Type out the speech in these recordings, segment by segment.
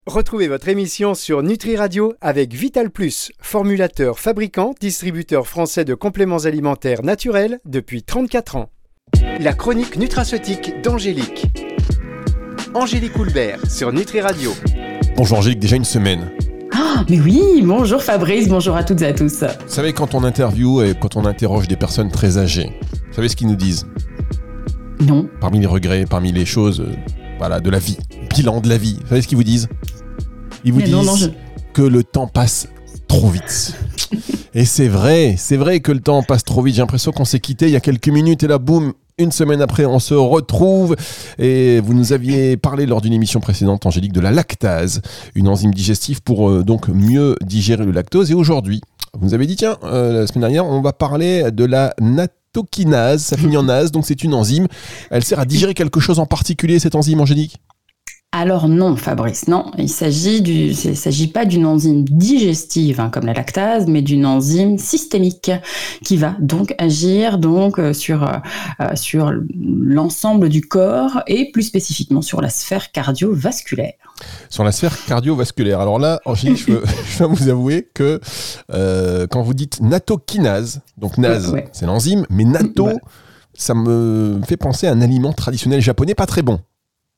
Retrouvez votre émission sur Nutri Radio avec Vital Plus, formulateur, fabricant, distributeur français de compléments alimentaires naturels depuis 34 ans. La chronique nutraceutique d'Angélique. Angélique Houlbert sur Nutri Radio. Bonjour Angélique, déjà une semaine. Oh, mais oui, bonjour Fabrice, bonjour à toutes et à tous. Vous savez, quand on interviewe et quand on interroge des personnes très âgées, vous savez ce qu'ils nous disent ? Non. Parmi les regrets, parmi les choses de la vie, bilan de la vie, vous savez ce qu'ils vous disent ? Ils vous disent que le temps passe trop vite. Et c'est vrai que le temps passe trop vite. J'ai l'impression qu'on s'est quitté il y a quelques minutes et là, boum, une semaine après, on se retrouve. Et vous nous aviez parlé lors d'une émission précédente, Angélique, de la lactase, une enzyme digestive pour donc mieux digérer le lactose. Et aujourd'hui, vous nous avez dit, tiens, la semaine dernière, on va parler de la natokinase. Ça finit en ase, donc c'est une enzyme. Elle sert à digérer quelque chose en particulier, cette enzyme, Angélique ? Alors non, Fabrice, non. Il s'agit pas d'une enzyme digestive comme la lactase, mais d'une enzyme systémique qui va donc agir sur l'ensemble du corps et plus spécifiquement sur la sphère cardiovasculaire. Sur la sphère cardiovasculaire. Alors là, Angélique, je vais vous avouer que quand vous dites natokinase, donc nase, c'est l'enzyme, mais nato, ça me fait penser à un aliment traditionnel japonais pas très bon.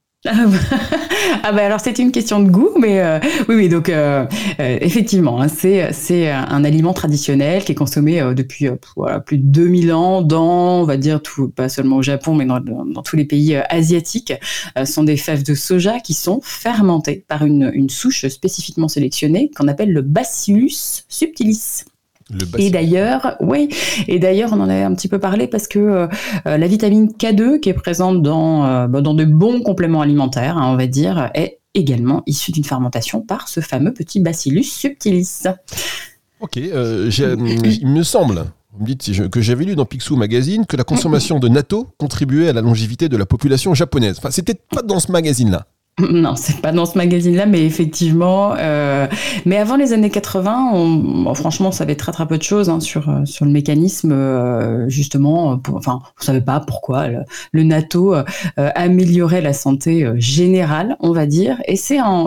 Alors c'est une question de goût, mais oui, donc effectivement, c'est un aliment traditionnel qui est consommé depuis plus de 2000 ans dans, on va dire, pas seulement au Japon, mais dans tous les pays asiatiques. Sont des fèves de soja qui sont fermentées par une souche spécifiquement sélectionnée qu'on appelle le Bacillus subtilis. Et d'ailleurs, on en avait un petit peu parlé parce que la vitamine K2 qui est présente dans de bons compléments alimentaires, on va dire, est également issue d'une fermentation par ce fameux petit Bacillus subtilis. Ok, il me semble, vous me dites que j'avais lu dans Picsou Magazine que la consommation de natto contribuait à la longévité de la population japonaise. Enfin, c'était pas dans ce magazine-là. Non, c'est pas dans ce magazine-là, mais effectivement. Mais avant les années 80, franchement, on savait très peu de choses sur le mécanisme, justement. On savait pas pourquoi le natto améliorait la santé générale, on va dire. Et c'est à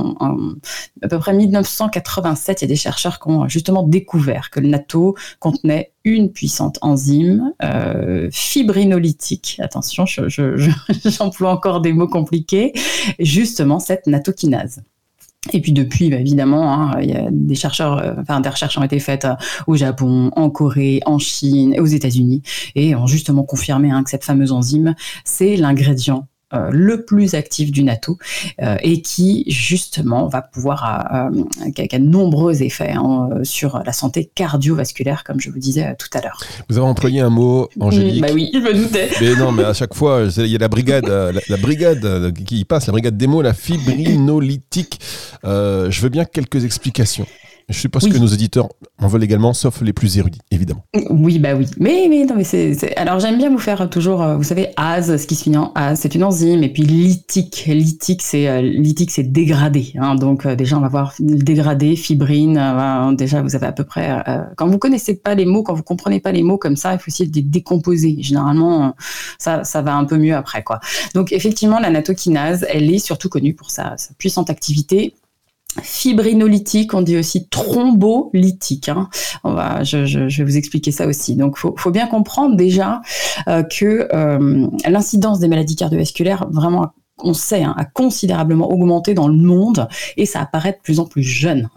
peu près 1987, il y a des chercheurs qui ont justement découvert que le natto contenait une puissante enzyme fibrinolytique. Attention, j'emploie encore des mots compliqués. Justement, cette natokinase. Et puis depuis, évidemment, il y a des recherches ont été faites au Japon, en Corée, en Chine, et aux États-Unis, et ont justement confirmé que cette fameuse enzyme, c'est l'ingrédient le plus actif du natto et qui justement va pouvoir qui a de nombreux effets sur la santé cardiovasculaire, comme je vous disais tout à l'heure. Vous avez employé un mot, Angélique. Oui, je me doutais. Mais non, mais à chaque fois, il y a la brigade, la brigade qui passe, la brigade des mots, la fibrinolytique. Je veux bien quelques explications. Je suppose que nos éditeurs en veulent également, sauf les plus érudits, évidemment. Oui. Mais non, mais c'est... Alors, j'aime bien vous faire toujours, vous savez, ASE, ce qui se finit en ASE, c'est une enzyme, et puis lytique. Lytique, c'est dégradé. Donc, déjà, on va voir dégradé, fibrine. Déjà, vous avez à peu près... quand vous connaissez pas les mots, quand vous comprenez pas les mots comme ça, il faut essayer de les décomposer. Généralement, ça va un peu mieux après, quoi. Donc, effectivement, la natokinase, elle est surtout connue pour sa puissante activité. Fibrinolytique, on dit aussi thrombolytique. Je vais vous expliquer ça aussi. Donc, faut bien comprendre déjà que l'incidence des maladies cardiovasculaires, vraiment, on sait, a considérablement augmenté dans le monde et ça apparaît de plus en plus jeune.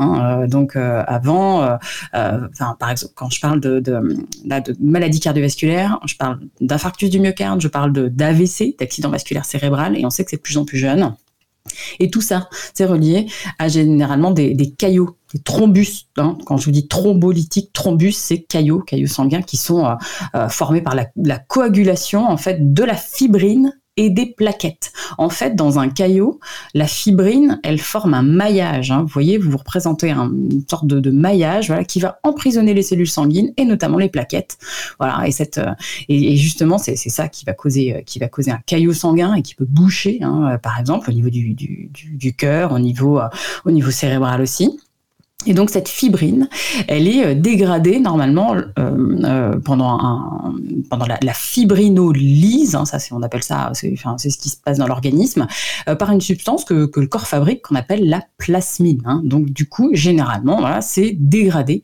Avant, par exemple, quand je parle de maladies cardiovasculaires, je parle d'infarctus du myocarde, je parle d'AVC, d'accident vasculaire cérébral, et on sait que c'est de plus en plus jeune. Et tout ça, c'est relié à généralement des caillots, des thrombus. Quand je vous dis thrombolytique, thrombus, c'est caillots sanguins qui sont formés par la coagulation en fait de la fibrine et des plaquettes. En fait, dans un caillot, la fibrine, elle forme un maillage. Vous voyez, vous représentez une sorte de maillage, qui va emprisonner les cellules sanguines et notamment les plaquettes. Voilà, et justement, c'est ça qui va causer un caillot sanguin et qui peut boucher, par exemple, au niveau du cœur, au niveau cérébral aussi. Et donc cette fibrine, elle est dégradée normalement pendant la fibrinolyse, hein, on appelle ça, c'est ce qui se passe dans l'organisme, par une substance que le corps fabrique qu'on appelle la plasmine. Hein. Donc du coup, généralement, voilà, c'est dégradé.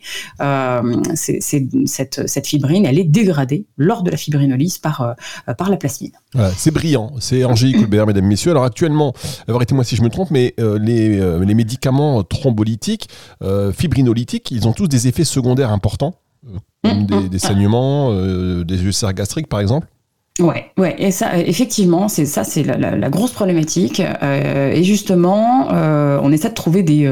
Cette fibrine, elle est dégradée lors de la fibrinolyse par la plasmine. Voilà, c'est brillant. C'est Angélique Houlbert, mesdames, messieurs. Alors actuellement, arrêtez-moi si je me trompe, mais les médicaments thrombolytiques, fibrinolytiques, ils ont tous des effets secondaires importants, comme des saignements, des ulcères gastriques par exemple. Ouais, et ça, effectivement, c'est la grosse problématique. Et justement, on essaie de trouver des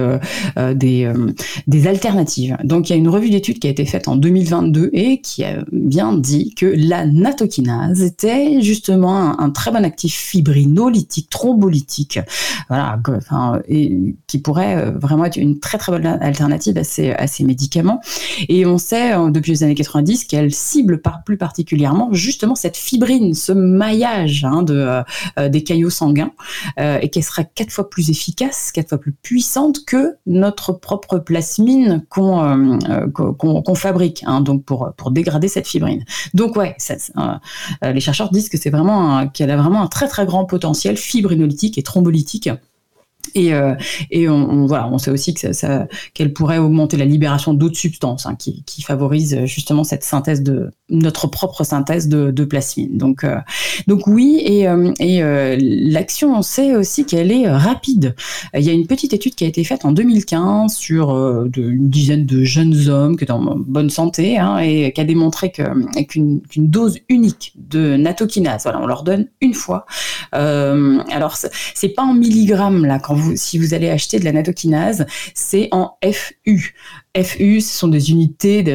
alternatives. Donc, il y a une revue d'études qui a été faite en 2022 et qui a bien dit que la natokinase était justement un très bon actif fibrinolytique, thrombolytique, voilà, et qui pourrait vraiment être une très très bonne alternative à ces médicaments. Et on sait depuis les années 90 qu'elle cible plus particulièrement justement cette fibrine, ce maillage des caillots sanguins, et qu'elle sera 4 fois plus efficace, 4 fois plus puissante que notre propre plasmine qu'on fabrique, hein, donc pour dégrader cette fibrine. Donc ouais, les chercheurs disent que qu'elle a vraiment un très très grand potentiel fibrinolytique et thrombolytique. Et on sait aussi qu'elle pourrait augmenter la libération d'autres substances, hein, qui favorisent justement cette synthèse notre propre synthèse de plasmine. Donc oui, et l'action, on sait aussi qu'elle est rapide. Il y a une petite étude qui a été faite en 2015 sur une dizaine de jeunes hommes qui étaient en bonne santé, hein, et qui a démontré qu'une dose unique de natokinase, voilà, on leur donne une fois. Alors c'est pas en milligrammes là si vous allez acheter de la natokinase, c'est en FU. FU, ce sont des unités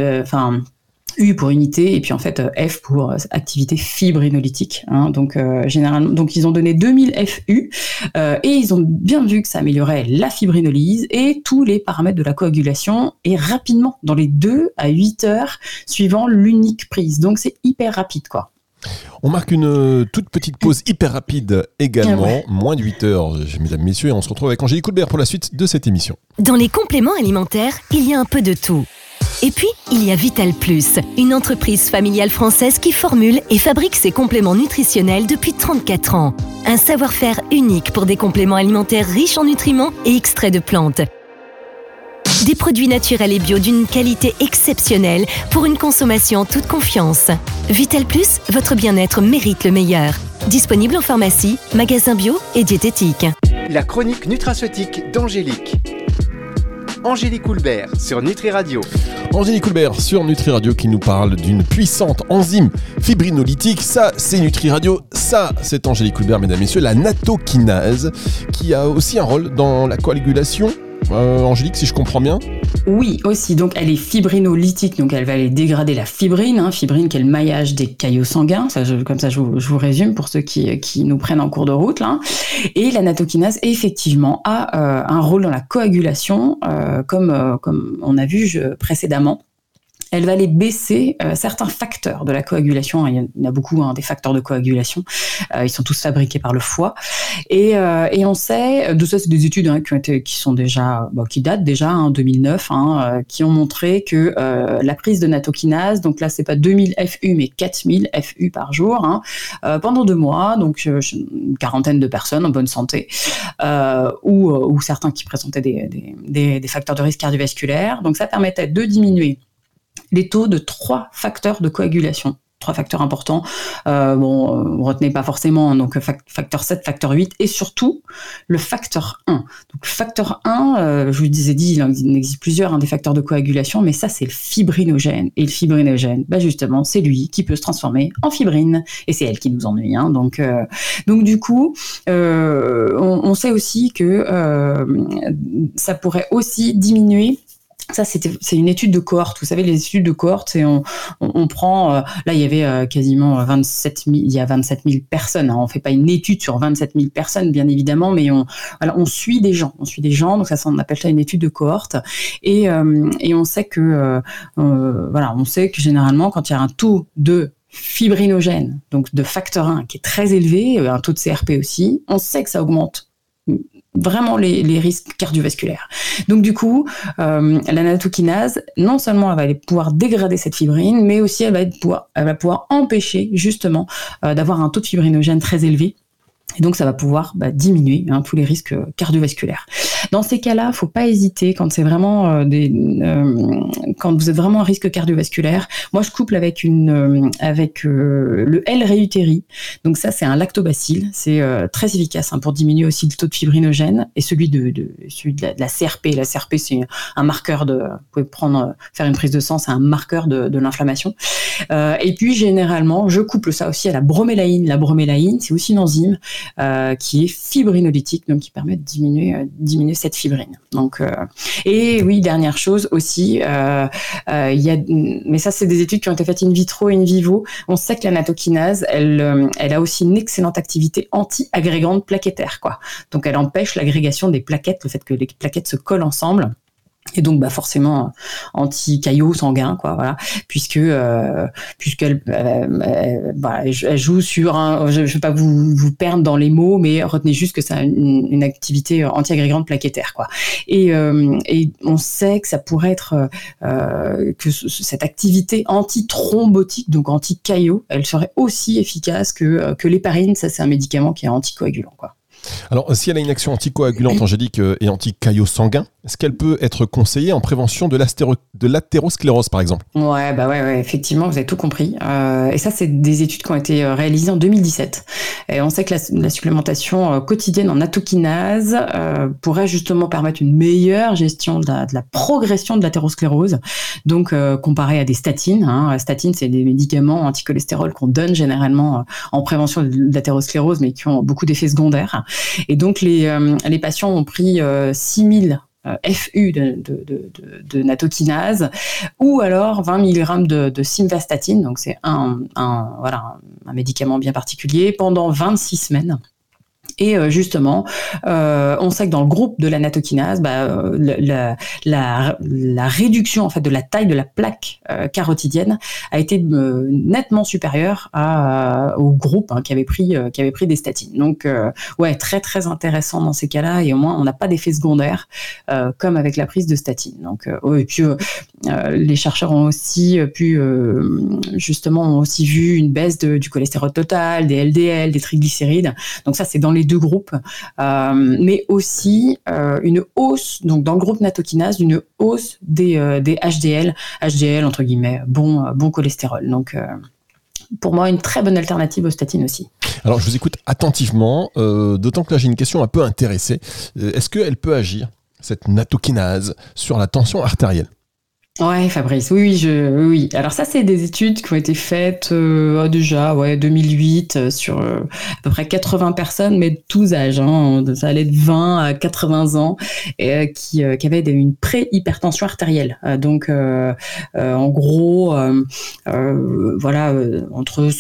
U pour unité, et puis en fait F pour activité fibrinolytique, hein, donc généralement, donc ils ont donné 2000 FU et ils ont bien vu que ça améliorait la fibrinolyse et tous les paramètres de la coagulation, et rapidement, dans les 2 à 8 heures suivant l'unique prise. Donc c'est hyper rapide, quoi. On marque une toute petite pause hyper rapide également, moins de 8 heures, mesdames, messieurs, et on se retrouve avec Angélique Houlbert pour la suite de cette émission. Dans les compléments alimentaires, il y a un peu de tout. Et puis, il y a Vital Plus, une entreprise familiale française qui formule et fabrique ses compléments nutritionnels depuis 34 ans. Un savoir-faire unique pour des compléments alimentaires riches en nutriments et extraits de plantes. Des produits naturels et bio d'une qualité exceptionnelle pour une consommation en toute confiance. Vital Plus, votre bien-être mérite le meilleur. Disponible en pharmacie, magasin bio et diététique. La chronique nutraceutique d'Angélique. Angélique Houlbert sur Nutri Radio. Angélique Houlbert sur Nutri Radio qui nous parle d'une puissante enzyme fibrinolytique. Ça, c'est Nutri Radio. Ça, c'est Angélique Houlbert, mesdames et messieurs. La natokinase qui a aussi un rôle dans la coagulation. Angélique, si je comprends bien. Oui, aussi. Donc, elle est fibrinolytique, donc elle va aller dégrader la fibrine, hein, fibrine qui est le maillage des caillots sanguins. Comme ça, je vous résume pour ceux qui nous prennent en cours de route, là. Et la natokinase, effectivement, a un rôle dans la coagulation, comme on a vu précédemment. Elle va aller baisser certains facteurs de la coagulation. Il y en a beaucoup, hein, des facteurs de coagulation. Ils sont tous fabriqués par le foie. Et on sait, de ça, c'est des études, hein, qui datent déjà, en 2009, hein, qui ont montré que la prise de natokinase, donc là, c'est pas 2000 FU, mais 4000 FU par jour, hein, pendant 2 mois, donc une quarantaine de personnes en bonne santé, ou certains qui présentaient des facteurs de risque cardiovasculaire. Donc ça permettait de diminuer les taux de 3 facteurs de coagulation. 3 facteurs importants. Retenez pas forcément, donc facteur 7, facteur 8, et surtout le facteur 1. Donc le facteur 1, je vous ai dit, il en existe plusieurs, hein, des facteurs de coagulation, mais ça c'est le fibrinogène. Et le fibrinogène, justement, c'est lui qui peut se transformer en fibrine. Et c'est elle qui nous ennuie. Hein. Donc du coup, on sait aussi que ça pourrait aussi diminuer. Ça, c'est une étude de cohorte. Vous savez, les études de cohorte, c'est on prend, là, il y avait quasiment 27 000 personnes. Hein. On fait pas une étude sur 27 000 personnes, bien évidemment, mais on suit des gens. Donc ça, on appelle ça une étude de cohorte. Et on sait que, on sait que généralement, quand il y a un taux de fibrinogène, donc de facteur 1, qui est très élevé, un taux de CRP aussi, on sait que ça augmente vraiment les risques cardiovasculaires. Donc du coup, la nattokinase, non seulement elle va pouvoir dégrader cette fibrine, mais aussi elle va pouvoir empêcher justement d'avoir un taux de fibrinogène très élevé. Et donc, ça va pouvoir diminuer tous les risques cardiovasculaires. Dans ces cas-là, faut pas hésiter quand c'est vraiment quand vous êtes vraiment à risque cardiovasculaire. Moi, je couple avec le L-réutéri. Donc ça, c'est un lactobacille. C'est très efficace pour diminuer aussi le taux de fibrinogène et celui de la CRP. La CRP, c'est un marqueur vous pouvez faire une prise de sang, c'est un marqueur de l'inflammation. Et puis, généralement, je couple ça aussi à la bromélaïne. La bromélaïne, c'est aussi une enzyme qui est fibrinolytique, donc qui permet de diminuer cette fibrine. Donc, et oui, dernière chose aussi, mais ça c'est des études qui ont été faites in vitro et in vivo. On sait que la nattokinase, elle a aussi une excellente activité anti-agrégante plaquettaire, quoi. Donc elle empêche l'agrégation des plaquettes, le fait que les plaquettes se collent ensemble. Et donc forcément anti-caillot sanguin, quoi, voilà, puisqu'elle joue sur je vais pas vous perdre dans les mots, mais retenez juste que ça a une activité anti-agrégante plaquettaire, quoi. Et on sait que ça pourrait être que cette activité anti-thrombotique, donc anti-caillot, elle serait aussi efficace que l'héparine. Ça, c'est un médicament qui est anticoagulant, quoi. Alors, si elle a une action anticoagulante angélique et anti-caillot sanguin, est-ce qu'elle peut être conseillée en prévention de l'athérosclérose, par exemple ? Ouais, effectivement, vous avez tout compris. Et ça, c'est des études qui ont été réalisées en 2017. Et on sait que la supplémentation quotidienne en nattokinase pourrait justement permettre une meilleure gestion de la progression de l'athérosclérose. Donc, comparé à des statines. Statines, c'est des médicaments anticholestérol qu'on donne généralement en prévention de l'athérosclérose, mais qui ont beaucoup d'effets secondaires. Et donc, les patients ont pris 6000 FU de nattokinase ou alors 20 mg de simvastatine, donc c'est un médicament bien particulier, pendant 26 semaines. Et justement, on sait que dans le groupe de la nattokinase, la réduction en fait de la taille de la plaque carotidienne a été nettement supérieure au groupe qui avait pris des statines. Donc très très intéressant dans ces cas-là, et au moins on n'a pas d'effet secondaire comme avec la prise de statine. Donc et puis les chercheurs ont aussi ont aussi vu une baisse du cholestérol total, des LDL, des triglycérides. Donc ça, c'est dans les deux groupes, mais aussi une hausse, donc dans le groupe nattokinase, une hausse des HDL entre guillemets, bon cholestérol. Donc pour moi, une très bonne alternative aux statines aussi. Alors je vous écoute attentivement, d'autant que là j'ai une question un peu intéressée. Est-ce qu'elle peut agir, cette nattokinase, sur la tension artérielle ? Ouais, Fabrice, oui. Alors ça, c'est des études qui ont été faites déjà, 2008, sur à peu près 80 personnes, mais de tous âges. Ça allait de 20 à 80 ans, et qui avaient une pré-hypertension artérielle. Donc, en gros, entre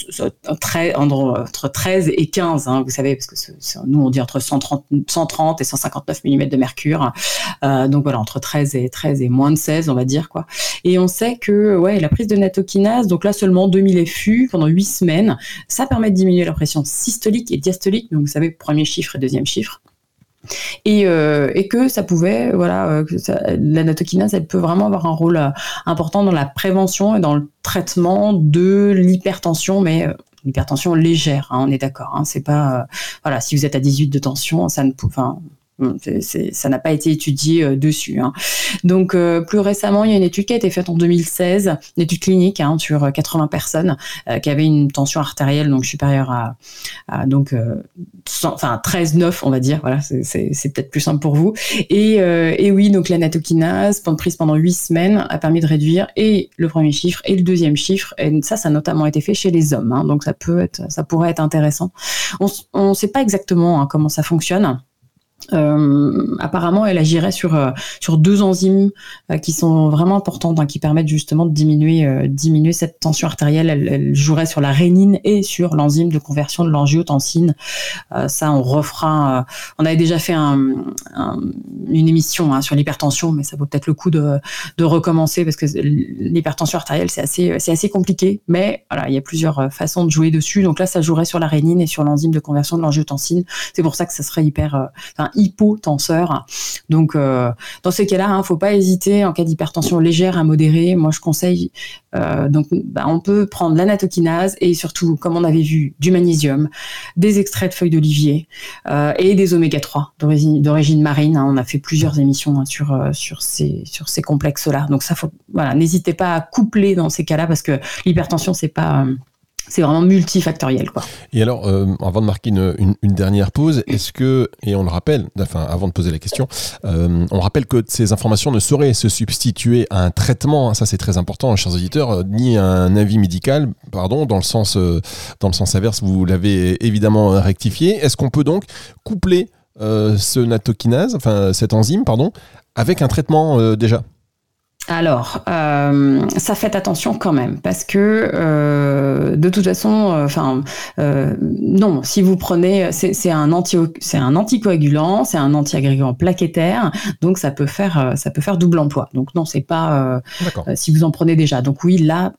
13 et 15, vous savez, parce que nous, on dit entre 130 et 159 mm de mercure. Donc voilà, entre 13 et moins de 16, on va dire, quoi. Et on sait que la prise de nattokinase, donc là seulement 2000 FU pendant 8 semaines, ça permet de diminuer la pression systolique et diastolique, donc vous savez, premier chiffre et deuxième chiffre. Et que ça pouvait, la nattokinase, elle peut vraiment avoir un rôle important dans la prévention et dans le traitement de l'hypertension, mais l'hypertension légère, on est d'accord. C'est pas, si vous êtes à 18 de tension, ça n'a pas été étudié dessus. Donc plus récemment, il y a une étude qui a été faite en 2016, une étude clinique sur 80 personnes qui avaient une tension artérielle donc supérieure à 13,9, on va dire. Voilà, c'est peut-être plus simple pour vous. Et oui, donc la nattokinase, prise pendant 8 semaines, a permis de réduire et le premier chiffre et le deuxième chiffre. Et ça a notamment été fait chez les hommes. Donc ça pourrait être intéressant. On ne sait pas exactement comment ça fonctionne. Apparemment, elle agirait sur deux enzymes qui sont vraiment importantes, qui permettent justement de diminuer cette tension artérielle. Elle jouerait sur la rénine et sur l'enzyme de conversion de l'angiotensine. Ça, on refera. On avait déjà fait une émission sur l'hypertension, mais ça vaut peut-être le coup de recommencer parce que l'hypertension artérielle, c'est assez compliqué. Mais voilà, il y a plusieurs façons de jouer dessus. Donc là, ça jouerait sur la rénine et sur l'enzyme de conversion de l'angiotensine. C'est pour ça que ça serait un hypotenseur. Donc, dans ces cas-là, faut pas hésiter en cas d'hypertension légère à modérée. Moi, je conseille. On peut prendre la natokinase et surtout, comme on avait vu, du magnésium, des extraits de feuilles d'olivier et des oméga 3 d'origine marine. On a fait plusieurs émissions sur ces complexes-là. Donc ça, n'hésitez pas à coupler dans ces cas-là parce que l'hypertension, c'est vraiment multifactoriel, quoi. Et alors, avant de marquer une dernière pause, est-ce que, et on le rappelle, avant de poser la question, on rappelle que ces informations ne sauraient se substituer à un traitement, ça c'est très important, chers auditeurs, ni à un avis médical, dans le sens inverse, vous l'avez évidemment rectifié. Est-ce qu'on peut donc coupler cette enzyme, avec un traitement déjà ? Alors, ça fait attention quand même, parce que de toute façon, non, si vous prenez, c'est un anticoagulant, c'est un antiagrégant plaquettaire, donc ça peut faire double emploi. Donc non, c'est pas si vous en prenez déjà. Donc oui, là.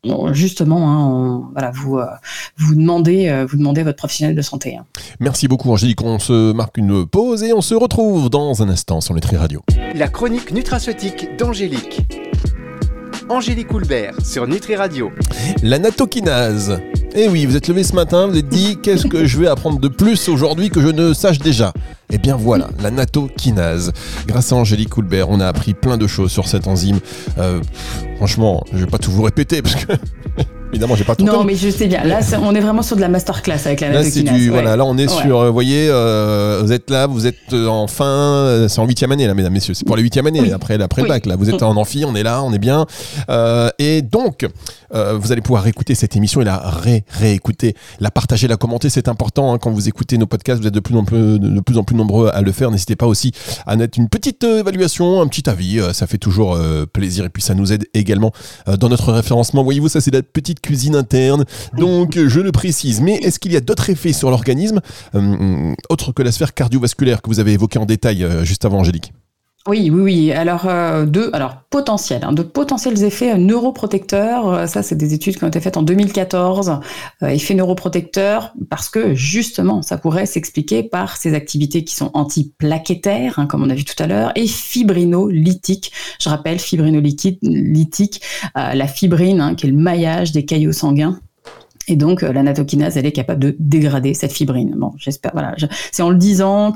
Justement, vous demandez à votre professionnel de santé. Merci beaucoup Angélique, on se marque une pause et on se retrouve dans un instant sur Nutri Radio. La chronique nutraceutique d'Angélique. Angélique Houlbert sur Nutri Radio. La natokinase. Eh oui, vous êtes levé ce matin, vous êtes dit qu'est-ce que je vais apprendre de plus aujourd'hui que je ne sache déjà ? Eh bien voilà, la natokinase. Grâce à Angélique Houlbert, on a appris plein de choses sur cette enzyme. Franchement, je vais pas tout vous répéter parce que évidemment, j'ai pas tout. Non, mais je sais bien. Là, on est vraiment sur de la masterclass avec la natokinase. Là, on est sur. Vous voyez, vous êtes là, vous êtes en fin. C'est en 8e année, là, mesdames, messieurs. C'est pour la 8e année, après le bac. Là, vous êtes en amphi, on est là, on est bien. Et donc, vous allez pouvoir réécouter cette émission et la réécouter, la partager, la commenter. C'est important quand vous écoutez nos podcasts. Vous êtes de plus en plus nombreux à le faire. N'hésitez pas aussi à mettre une petite évaluation, un petit avis. Ça fait toujours plaisir et puis ça nous aide également dans notre référencement. Voyez-vous, ça c'est la petite cuisine interne, donc je le précise. Mais est-ce qu'il y a d'autres effets sur l'organisme, autres que la sphère cardiovasculaire que vous avez évoqué en détail juste avant, Angélique ? Oui. Alors, de potentiels effets neuroprotecteurs. Ça, c'est des études qui ont été faites en 2014. Effets neuroprotecteurs, parce que justement, ça pourrait s'expliquer par ces activités qui sont antiplaquettaires, comme on a vu tout à l'heure, et fibrinolytiques. Je rappelle, fibrinolytique, la fibrine, qui est le maillage des caillots sanguins. Et donc, la natokinase, elle est capable de dégrader cette fibrine. Bon, j'espère, c'est en le disant, en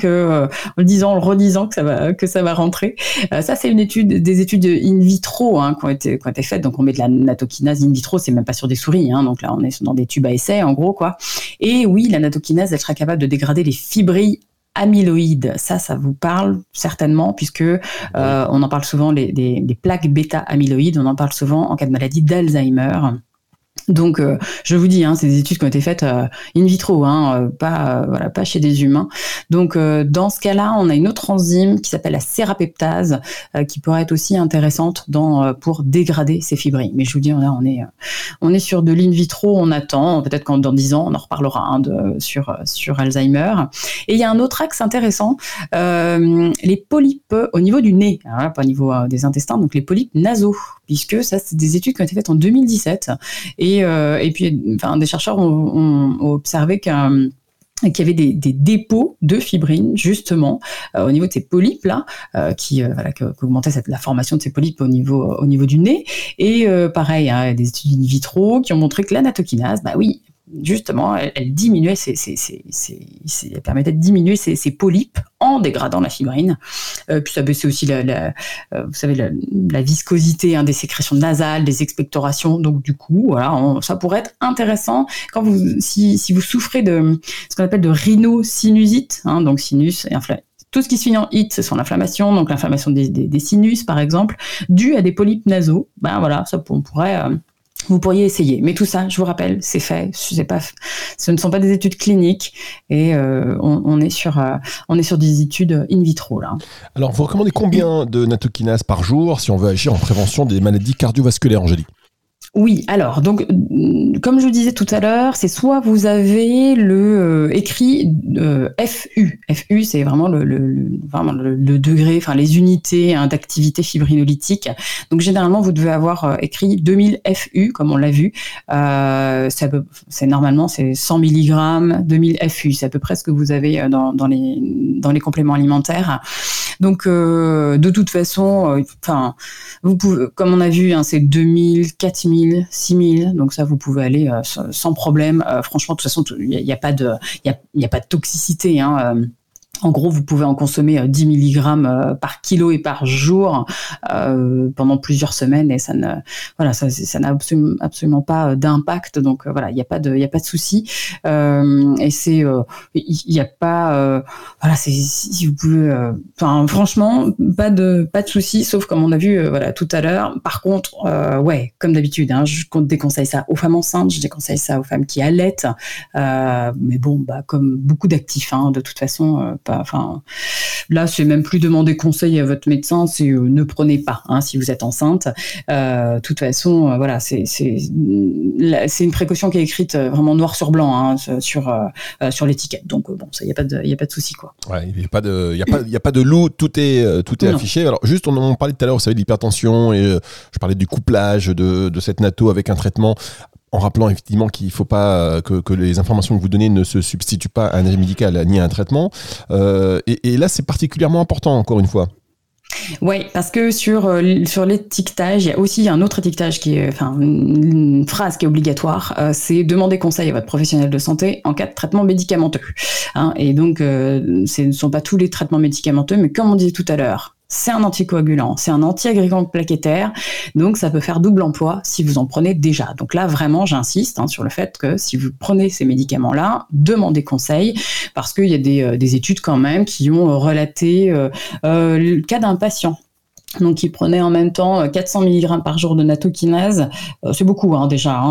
le redisant que ça va rentrer. Ça, c'est des études in vitro, qui ont été faites. Donc, on met de la natokinase in vitro, c'est même pas sur des souris, donc là, on est dans des tubes à essai, en gros, quoi. Et oui, la natokinase, elle sera capable de dégrader les fibrilles amyloïdes. Ça vous parle certainement, puisque on en parle souvent, des plaques bêta-amyloïdes, on en parle souvent en cas de maladie d'Alzheimer. Donc, je vous dis, c'est des études qui ont été faites in vitro, pas chez des humains. Donc, dans ce cas-là, on a une autre enzyme qui s'appelle la sérapeptase, qui pourrait être aussi intéressante pour dégrader ces fibrines. Mais je vous dis, on est sur de l'in vitro. On attend, peut-être qu'en dans 10 ans, on en reparlera sur Alzheimer. Et il y a un autre axe intéressant, les polypes au niveau du nez, pas au niveau des intestins, donc les polypes nasaux, puisque ça, c'est des études qui ont été faites en 2017. Et puis, des chercheurs ont observé qu'il y avait des dépôts de fibrine, justement, au niveau de ces polypes-là, qui augmentaient la formation de ces polypes au niveau du nez. Et pareil, des études in vitro qui ont montré que la natokinase, justement, elle diminuait elle permettait de diminuer ces polypes en dégradant la fibrine. Puis ça baissait aussi vous savez, la viscosité des sécrétions nasales, des expectorations. Donc du coup, ça pourrait être intéressant si vous souffrez de ce qu'on appelle de rhinosinusite, donc sinus et tout ce qui se finit en it, ce sont l'inflammation, donc l'inflammation des sinus, par exemple, due à des polypes nasaux. Vous pourriez essayer. Mais tout ça, je vous rappelle, c'est fait. Ce ne sont pas des études cliniques et on est sur des études in vitro, là. Alors, vous recommandez combien de natokinase par jour si on veut agir en prévention des maladies cardiovasculaires, Angélique ? Oui, alors donc comme je vous disais tout à l'heure, c'est soit vous avez le écrit FU. FU, c'est vraiment le degré, enfin les unités d'activité fibrinolytique. Donc généralement vous devez avoir écrit 2000 FU comme on l'a vu. C'est normalement c'est 100 mg 2000 FU. C'est à peu près ce que vous avez dans les compléments alimentaires. Donc de toute façon, vous pouvez, comme on a vu, c'est 2000, 4000, 6000. Donc ça, vous pouvez aller sans problème. Franchement, de toute façon, il y a pas de toxicité. En gros, vous pouvez en consommer 10 mg par kilo et par jour pendant plusieurs semaines, et ça n'a absolument pas d'impact. Donc voilà, il y a pas de souci. Et c'est il y a pas si vous pouvez franchement pas de souci, sauf comme on a vu tout à l'heure. Par contre, comme d'habitude, je déconseille ça aux femmes enceintes, je déconseille ça aux femmes qui allaitent. Mais bon, comme beaucoup d'actifs, de toute façon. Là, c'est même plus demander conseil à votre médecin, c'est ne prenez pas si vous êtes enceinte. De toute façon, c'est une précaution qui est écrite vraiment noir sur blanc sur l'étiquette. Donc ça, il y a pas de souci quoi. Ouais, il y a pas de loup, tout est affiché. Alors juste, on parlait tout à l'heure, vous savez, de l'hypertension, et je parlais du couplage de cette natto avec un traitement. En rappelant effectivement qu'il ne faut pas que les informations que vous donnez ne se substituent pas à un avis médical ni à un traitement. Et là, c'est particulièrement important, encore une fois. Oui, parce que sur l'étiquetage, il y a aussi un autre étiquetage qui est, une phrase qui est obligatoire, c'est demander conseil à votre professionnel de santé en cas de traitement médicamenteux. Et donc, ce ne sont pas tous les traitements médicamenteux, mais comme on disait tout à l'heure, c'est un anticoagulant, c'est un anti-agrégant plaquettaire, donc ça peut faire double emploi si vous en prenez déjà. Donc là, vraiment, j'insiste sur le fait que si vous prenez ces médicaments-là, demandez conseil, parce qu'il y a des études quand même qui ont relaté le cas d'un patient. Donc, qui prenait en même temps 400 mg par jour de nattokinase, c'est beaucoup déjà,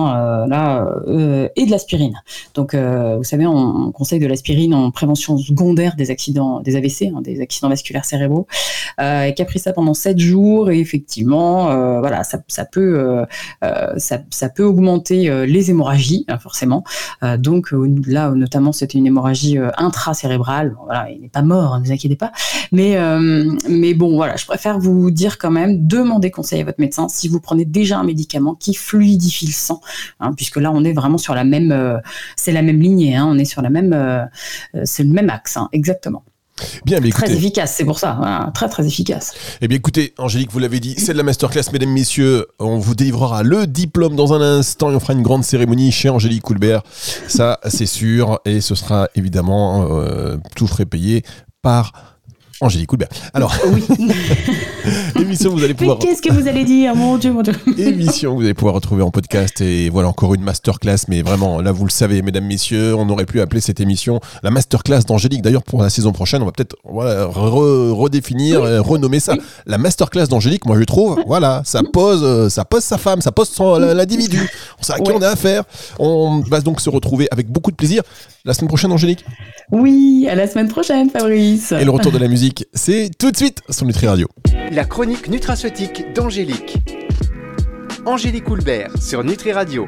et de l'aspirine. Donc, vous savez, on conseille de l'aspirine en prévention secondaire des accidents, des AVC, des accidents vasculaires cérébraux, et qui a pris ça pendant 7 jours, et effectivement, ça peut augmenter les hémorragies, forcément. Donc là, notamment, c'était une hémorragie intracérébrale. Il n'est pas mort, ne vous inquiétez pas. Mais bon, je préfère vous dire quand même, demandez conseil à votre médecin si vous prenez déjà un médicament qui fluidifie le sang, puisque là on est vraiment sur la même, c'est la même lignée, on est sur la même, c'est le même axe, exactement. Bien, mais écoutez, très efficace, c'est pour ça, très très efficace. Eh bien écoutez, Angélique, vous l'avez dit, c'est de la masterclass, mesdames, messieurs. On vous délivrera le diplôme dans un instant et on fera une grande cérémonie chez Angélique Coulbert, ça c'est sûr, et ce sera évidemment tout frais payé par Angélique Coulbert. Alors, oui. L'émission, vous allez pouvoir. Mais qu'est-ce que vous allez dire, mon Dieu. Émission, vous allez pouvoir retrouver en podcast, et voilà encore une masterclass. Mais vraiment, là, vous le savez, mesdames, messieurs, on aurait pu appeler cette émission la masterclass d'Angélique. D'ailleurs, pour la saison prochaine, on va peut-être redéfinir, renommer ça la masterclass d'Angélique. Moi, je trouve, ça pose sa femme, ça pose l'individu. On sait à qui on a affaire. On va donc se retrouver avec beaucoup de plaisir la semaine prochaine, Angélique. Oui, à la semaine prochaine, Fabrice. Et le retour de la musique, c'est tout de suite sur Nutri Radio. La chronique nutraceutique d'Angélique. Angélique Coulbert sur Nutri Radio.